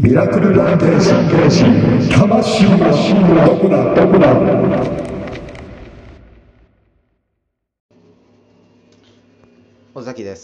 ミラクルランテーシ魂はどこだ。 尾崎です。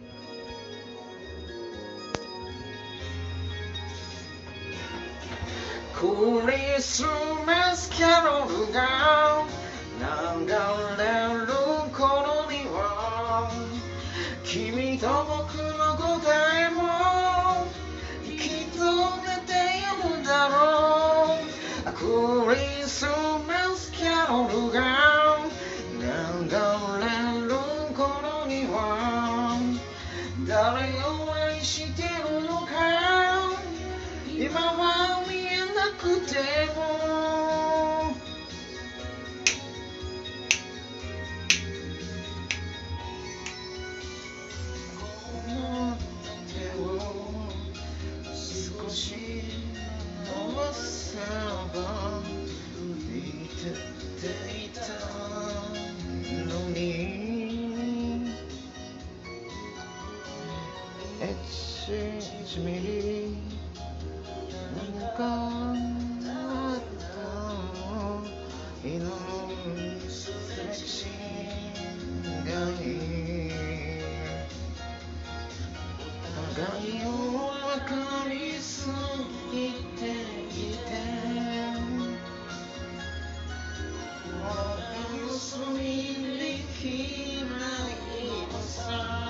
クリスマスキャロルが流れる頃には君と僕の答えもきっと出ているだろう。クリスマスキャロルが流れる頃には誰を愛してるのか今は見えなくてもこの手を少し伸ばせばいていたのに1ミリ何かあった犬のセクシーがいい互いを分かりすぎていて盗みできないのさ。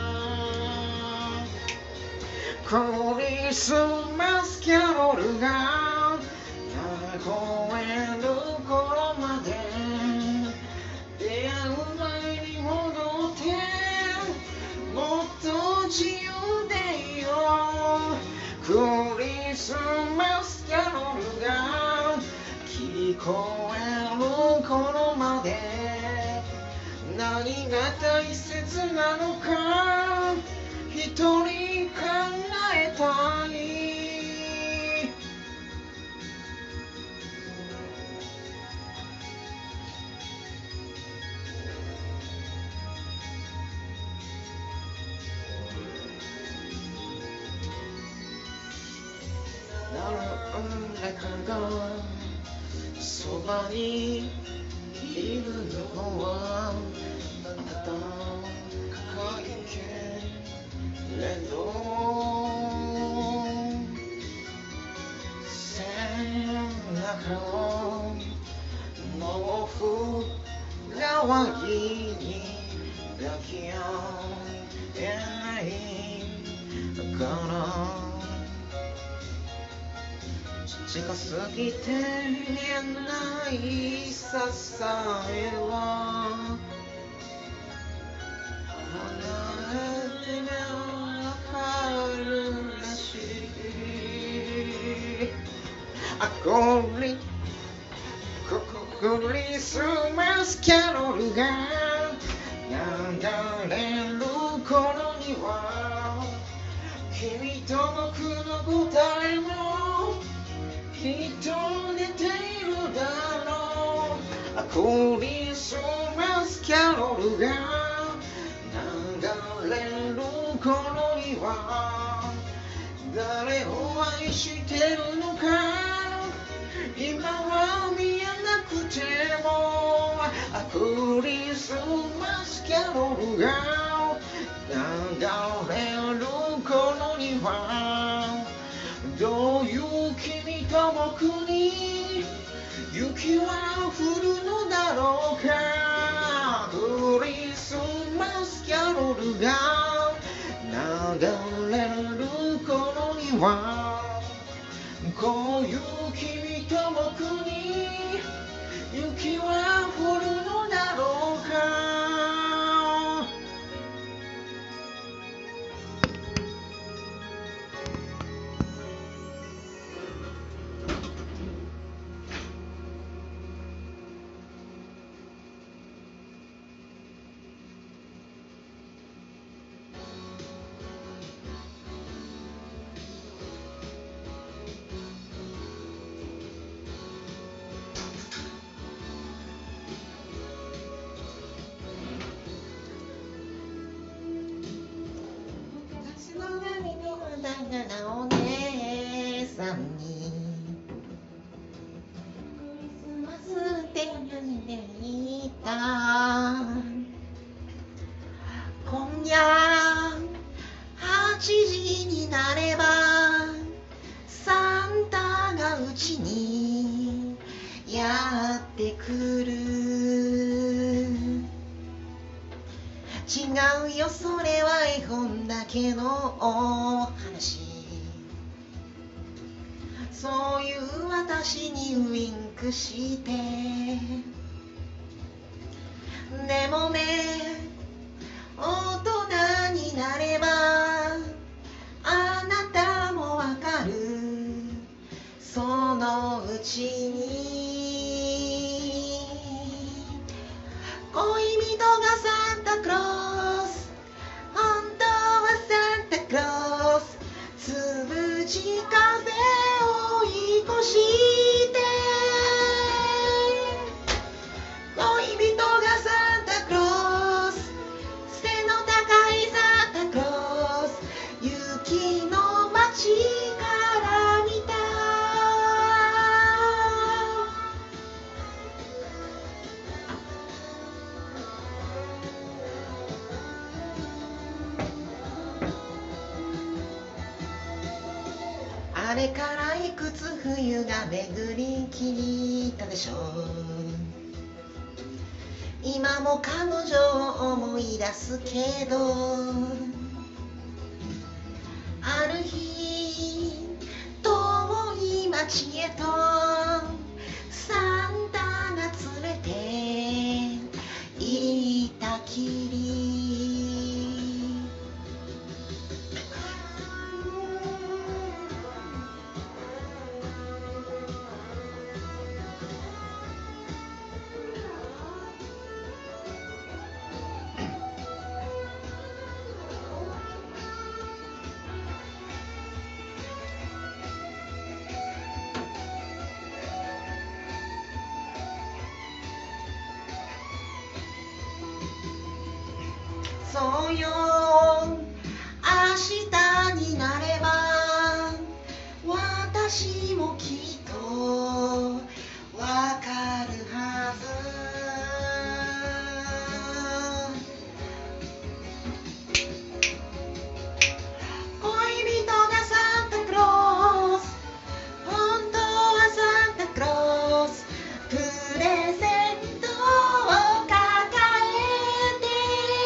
クリスマスキャロルが聞こえる頃まで出会う前に戻ってもっと自由でいよう。クリスマスキャロルが聞こえる頃まで何が大切なのか一人考えたい。誰かがそばにいるのはあなたかいけれど背中を毛布代わりに抱き合えないから近すぎて見えない支えは離れてもわかるらしい。クリスマスキャロルが流れる頃には君と僕の答えもきっと出ているだろう。クリスマスキャロルが流れる頃には誰を愛してるのか今は見えなくてもクリスマスキャロルが流れる頃にはどういう君と僕に雪は降るのだろうか。クリスマスキャロルが流れる頃にはこういう君と僕に雪は降るのだろうか。 る。違うよ、それは絵本だけのお話。そういう私にウインクして、でもね、大人になればあなたもわかる。そのうちに恋人がサンタクロース、本当はサンタクロース、つぶじ風を追い越して恋人がサンタクロース、背の高いサンタクロース、雪の街から見た。あれからいくつ冬が巡りきったでしょう。今も彼女を思い出すけど、ある日遠い町へとサンタが連れて行ったきり。そうよ、明日になれば私もきっとわかるはず。恋人がサンタクロース、本当はサンタクロース、プレゼントを抱えて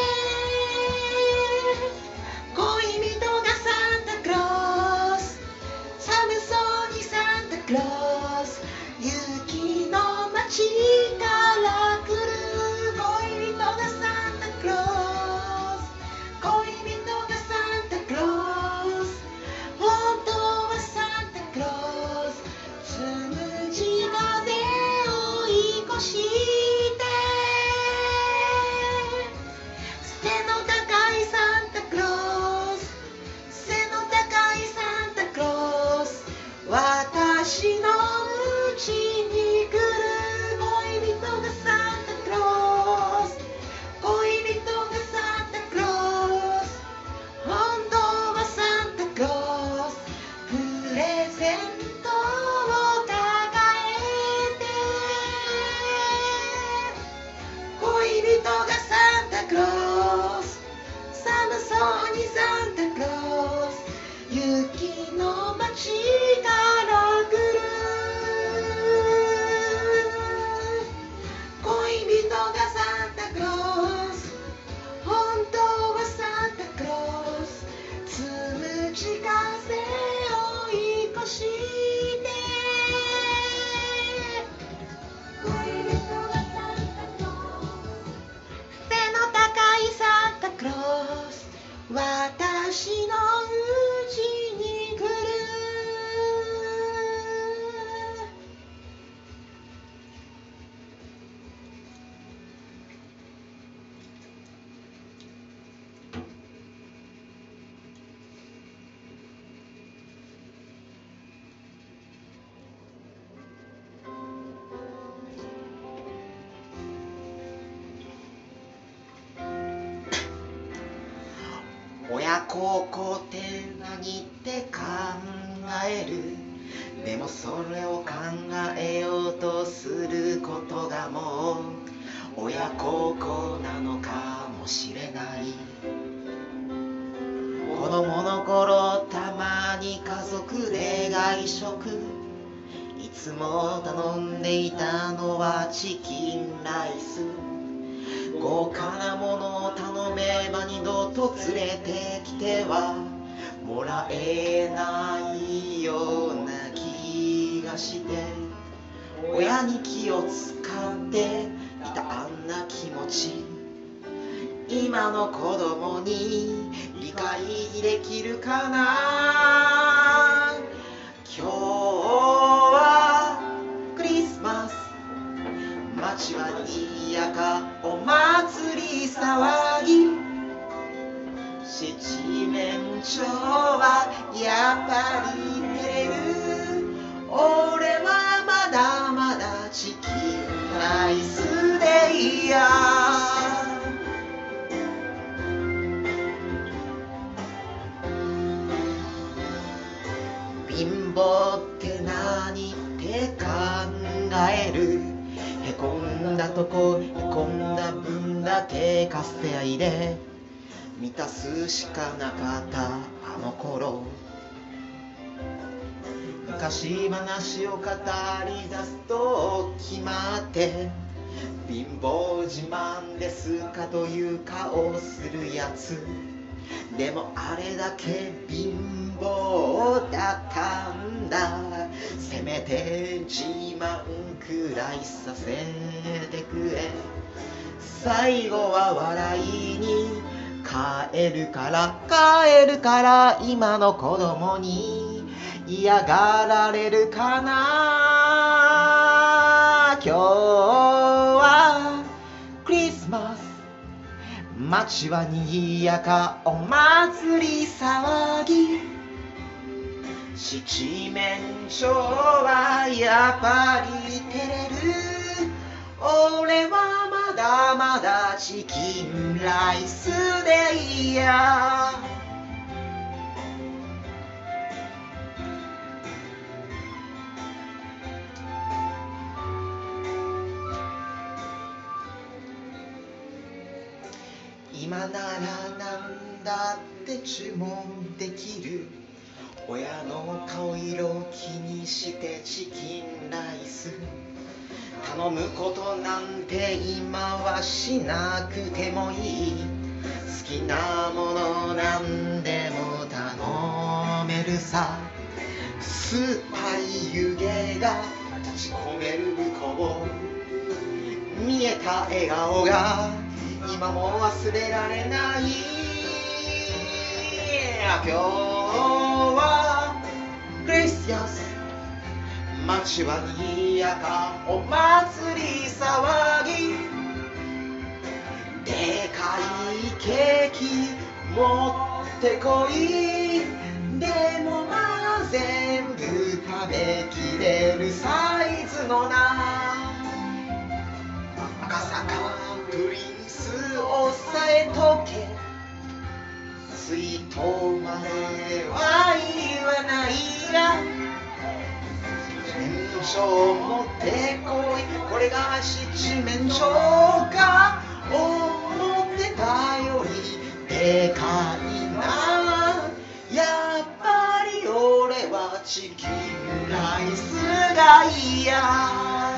恋人がサンタクロース、寒そうにサンタクロース、雪の街から来る。恋人がサンタクロース、恋人がサンタクロース、本当はサンタクロース、つむじ風を追い越して背の高いサンタクロース、背の高いサンタクロース、私の家に来る。恋人がサンタクロース、恋人がサンタクロース、本当はサンタクロース、プレゼントを抱えて恋人がサンタクロース、寒そうにサンタクロース、雪の街から来る。恋人がサンタクロース、本当はサンタクロース、つむじ風を追い越して恋人がサンタクロース、背の高いサンタクロース、私の家に来る。親孝行って何って考える。でもそれを考えようとすることがもう親孝行なのかもしれない。子供の頃たまに家族で外食、いつも頼んでいたのはチキンライス。豪華なものを頼めば二度と連れてきてはもらえないような気がして、親に気を使っていたあんな気持ち、今の子供に理解できるかな。今日はクリスマス、街は賑やか、お祭り騒ぎ。七面鳥はやっぱり照れる。俺はまだまだチキンライスでいいや。貧乏って何って考える。へこんだとこへこんだ分だけカステ愛で満たすしかなかったあの頃。昔話を語り出すと決まって貧乏自慢ですかという顔するやつ。でもあれだけ貧乏だったんだ。せめて自慢くらいさせてくれ。最後は笑いに帰るから今の子供に嫌がられるかな。今日はクリスマス、街は賑やか、お祭り騒ぎ。七面鳥はやっぱり照れる。俺はまだまだチキンライスでいいや。今ならなんだって注文できる。親の顔色気にしてチキンライス頼むことなんて今はしなくてもいい。好きなものなんでも頼めるさ。酸っぱい湯気が立ち込める向こう、見えた笑顔が今も忘れられない。今日はクリスマス、街は賑やか、お祭り騒ぎ。でかいケーキ持ってこい。でもまあ全部食べきれるサイズのな。赤坂プリンス押さえとけ。水筒までは言わないが、七面鳥持ってこい。これが七面鳥か。思ってたよりでかいな。やっぱり俺はチキンライスがいいや。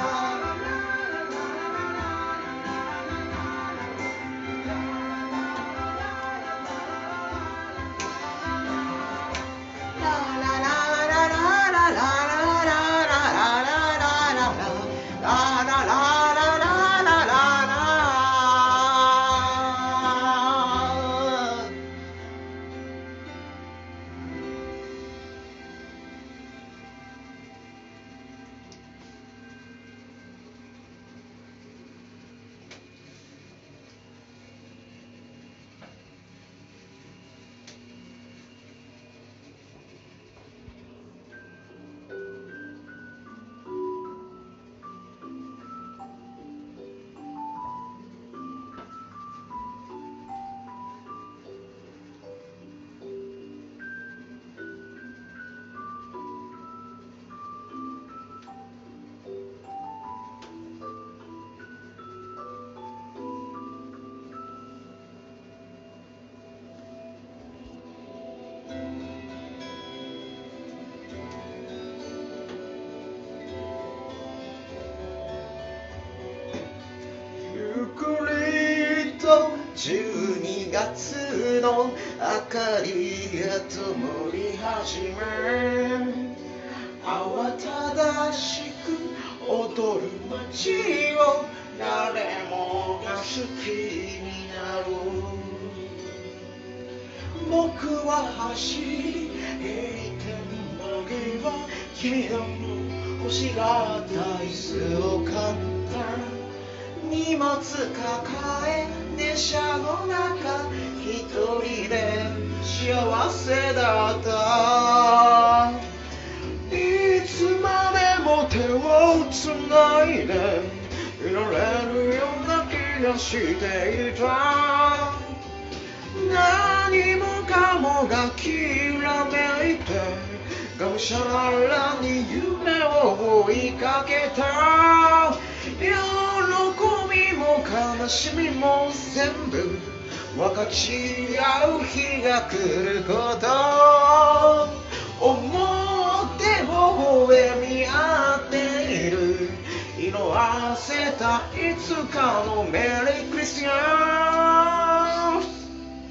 12月の明かりが灯り始め、慌ただしく踊る街を誰もが好きになる。僕は走り平天の際、君の欲しがった椅子を買った。荷物抱え電車の中、一人で幸せだった。いつまでも手をつないでいられるような気がしていた。何もかもがきらめいて、がむしゃらに夢を追いかけた。喜びも悲しみも全部分かち合う日が来ること、思って微笑み合っている。色あせたいつかのメリークリスマス。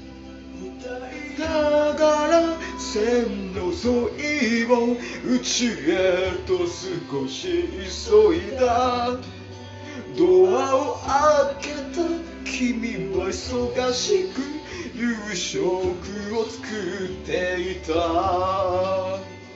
だから線路沿いを家へと少し急いだ。ドアを開けた君は忙しく夕食を作っていた。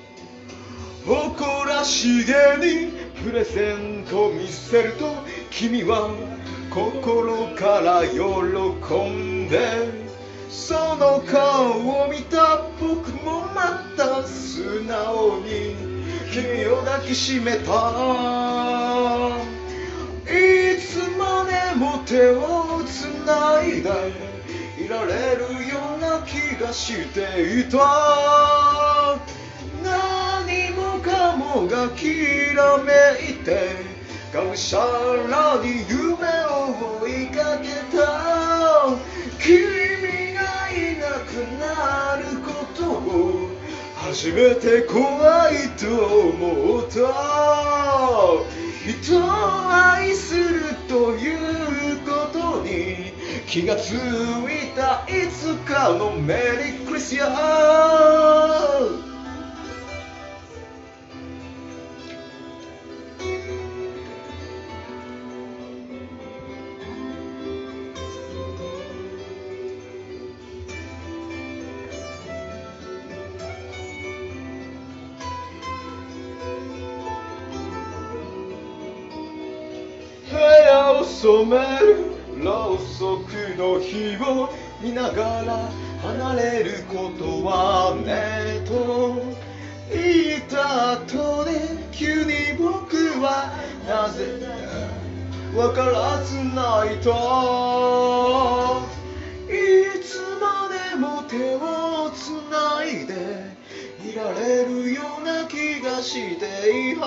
誇らしげにプレゼント見せると、君は心から喜んで、その顔を見た僕もまた素直に君を抱きしめた。いつまでも手をつないでいられるような気がしていた。何もかもがきらめいて、がむしゃらに夢を追いかけた。君がいなくなることを初めて怖いと思った。人を愛するということに気がついたいつかのメリークリスマス。部屋を染めるろうそくの火を見ながら、離れることはねえと言った後で、急に僕はなぜわからず泣いた。いつまでも手をつないでいられるような気がしていた。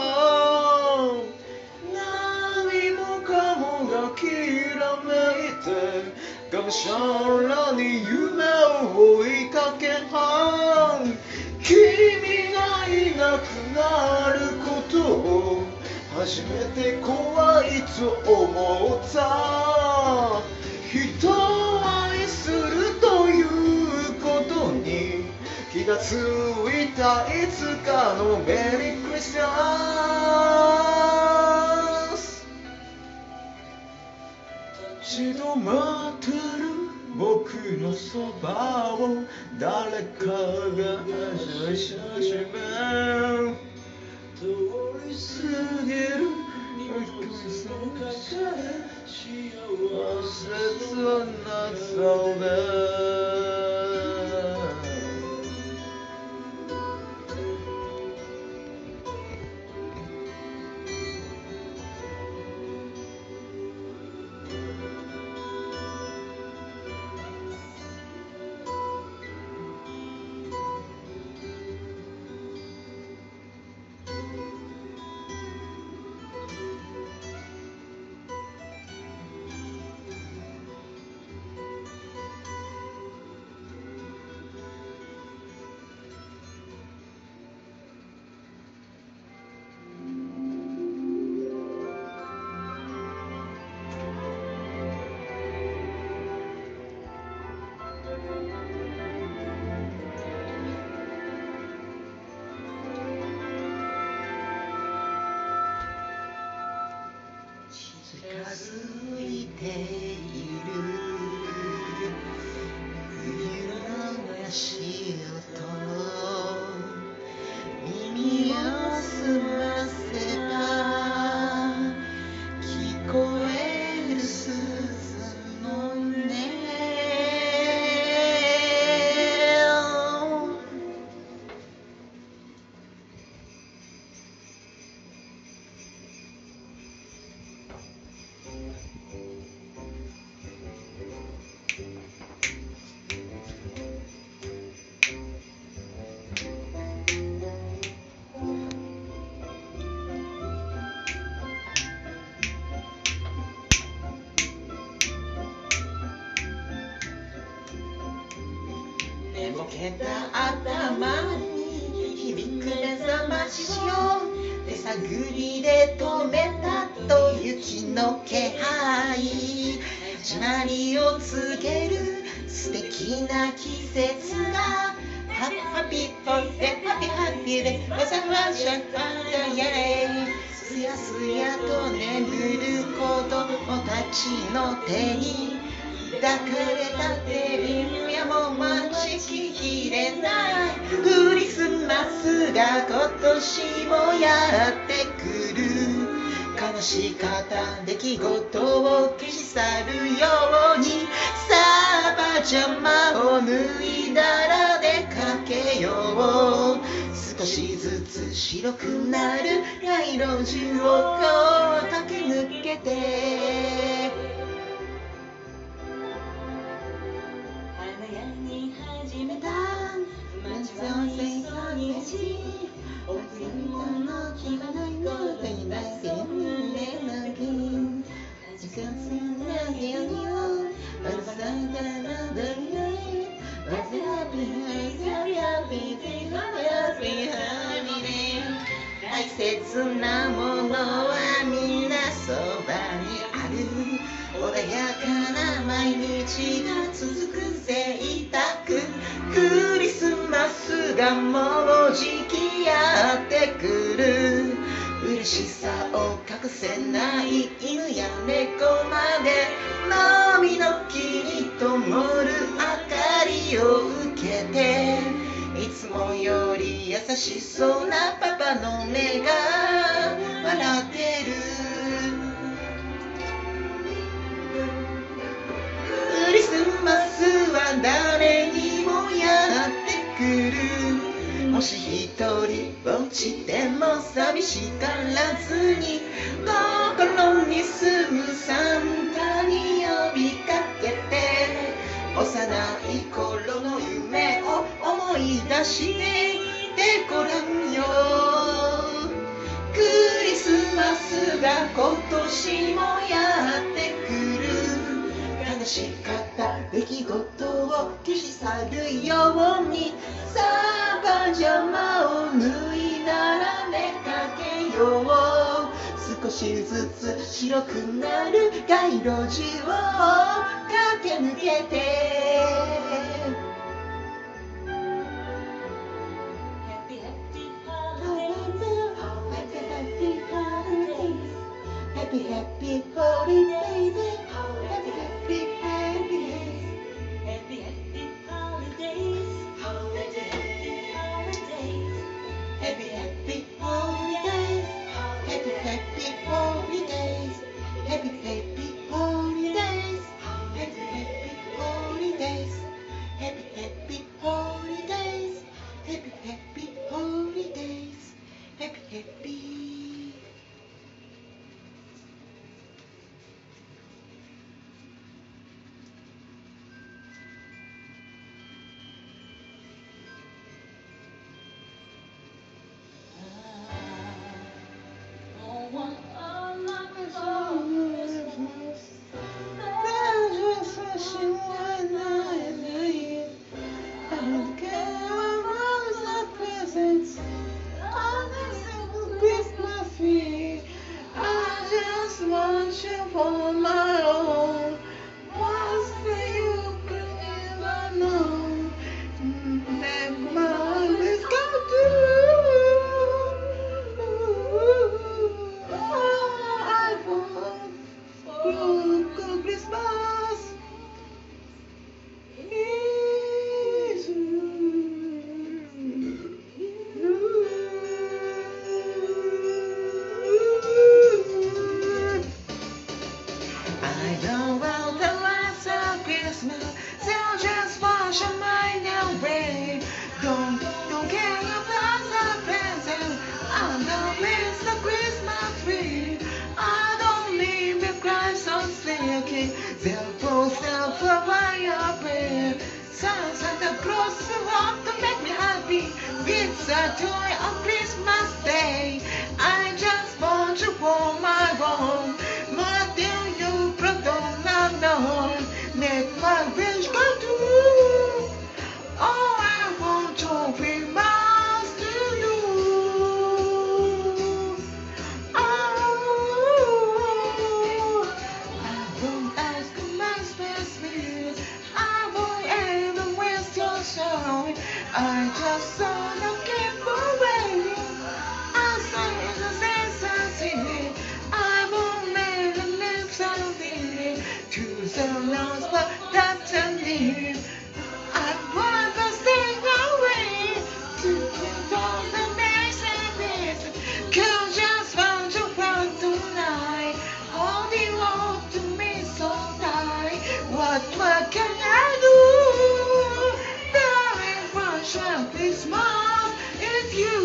何もかもがきらめいて、がむしゃらに夢を追いかけた。君がいなくなることを初めて怖いと思った。人を愛するということに気がついたいつかのメリークリスマス。立ち止まってる僕のそばを誰かが走り始め、通り過ぎるその中で幸せとなそうで。 づいている冬の足音耳を澄ませば聞こえる鈴の音寝ぼけた頭に響く目覚ましを手探りで止めたと雪の気配始まりを告げる素敵な季節がハッピーホッレハッピーハッピーでわざわざファンダイエすやすやと眠る子供たちの手に抱かれたテレビやも待ちきれないクリスマスが今年もやってくる悲しかった出来事を消し去るようにさあパジャマを脱いだら出かけよう少しずつ白くなる街路樹を駆け抜けて華やぎ始めた街の清掃日贈り物気はないことになって胸の金時間すなぎよにをまるさいたらどりがいわずらびはやびてはびはびで大切なものはみんなそばにある穏やかな毎日が続く贅沢クリスマスがもうじきやってくる嬉しさを隠せない犬や猫までのみの木に灯る明かりを受けていつもより優しそうなパパの目が笑ってるクリスマスは誰にもやってくるもし一人落ちても寂しがらずに心に住むサンタに呼びかけて幼い頃の夢を思い出していてごらんよクリスマスが今年もやってくる悲しかった出来事を消し去るようにさあパジャマを脱いだら出かけよう少しずつ白くなる街路樹を駆け抜けてHappy Happy Holidays Happy Happy Holidays Happy Happy Holidays Happy Happy Holidays Happy Happy Holidays Happy Happy Holidays Happy Happy Holidays Happy Happy Holidays Happy Happy Holidays Happy Happy Holidays Happy Happy city. Therefore, fire bread. Santa Claus want to make me happy. It's a joy on Christmas Day. I just want you for my own. What do you don't know? Make my wish come true. Oh, I want to be miles to you. Oh, I won't ask my special. I won't ever waste your soul. I just wanna keep away. I say the same. I won't make a live something to the lost, but that's a need. I wanna stay away to all the days and days. Cause just want you from tonight. Holding on to me so tight. What can I do? Darling, what shall Christmas is you.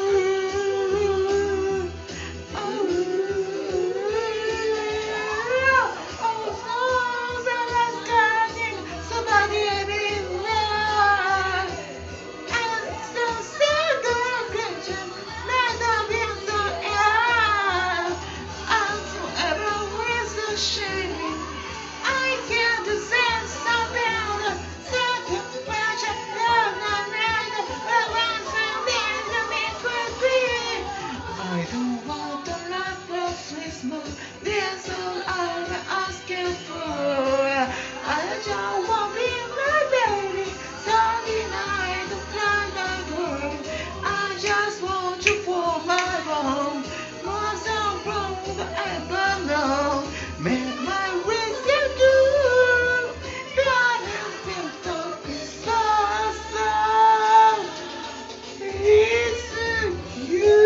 I don't want a lot for Christmas. That's all I'm asking for. I just want to be my baby. Sunday night to fly my world. I just want you for my own. More so from the ever know. Make my wish come true. God has been so Christmas song. It's you.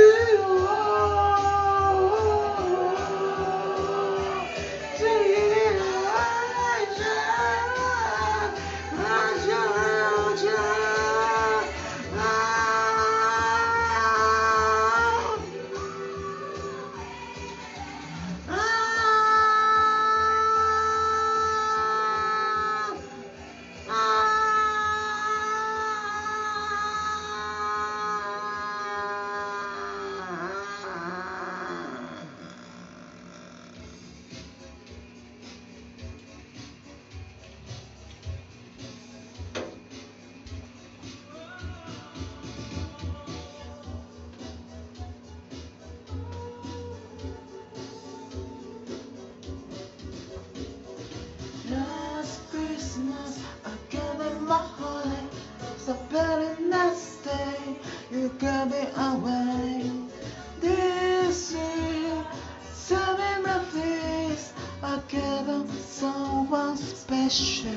Last Christmas, I gave it my heart. The very next day, you gave it away. This year, serving my face, I gave it someone special.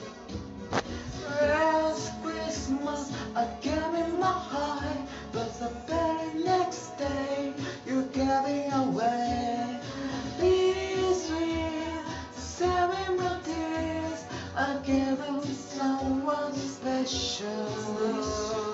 Last Christmas, I gave it my heart, but the very next day, you gave it away. This year, serving my tears, I gave it someone special.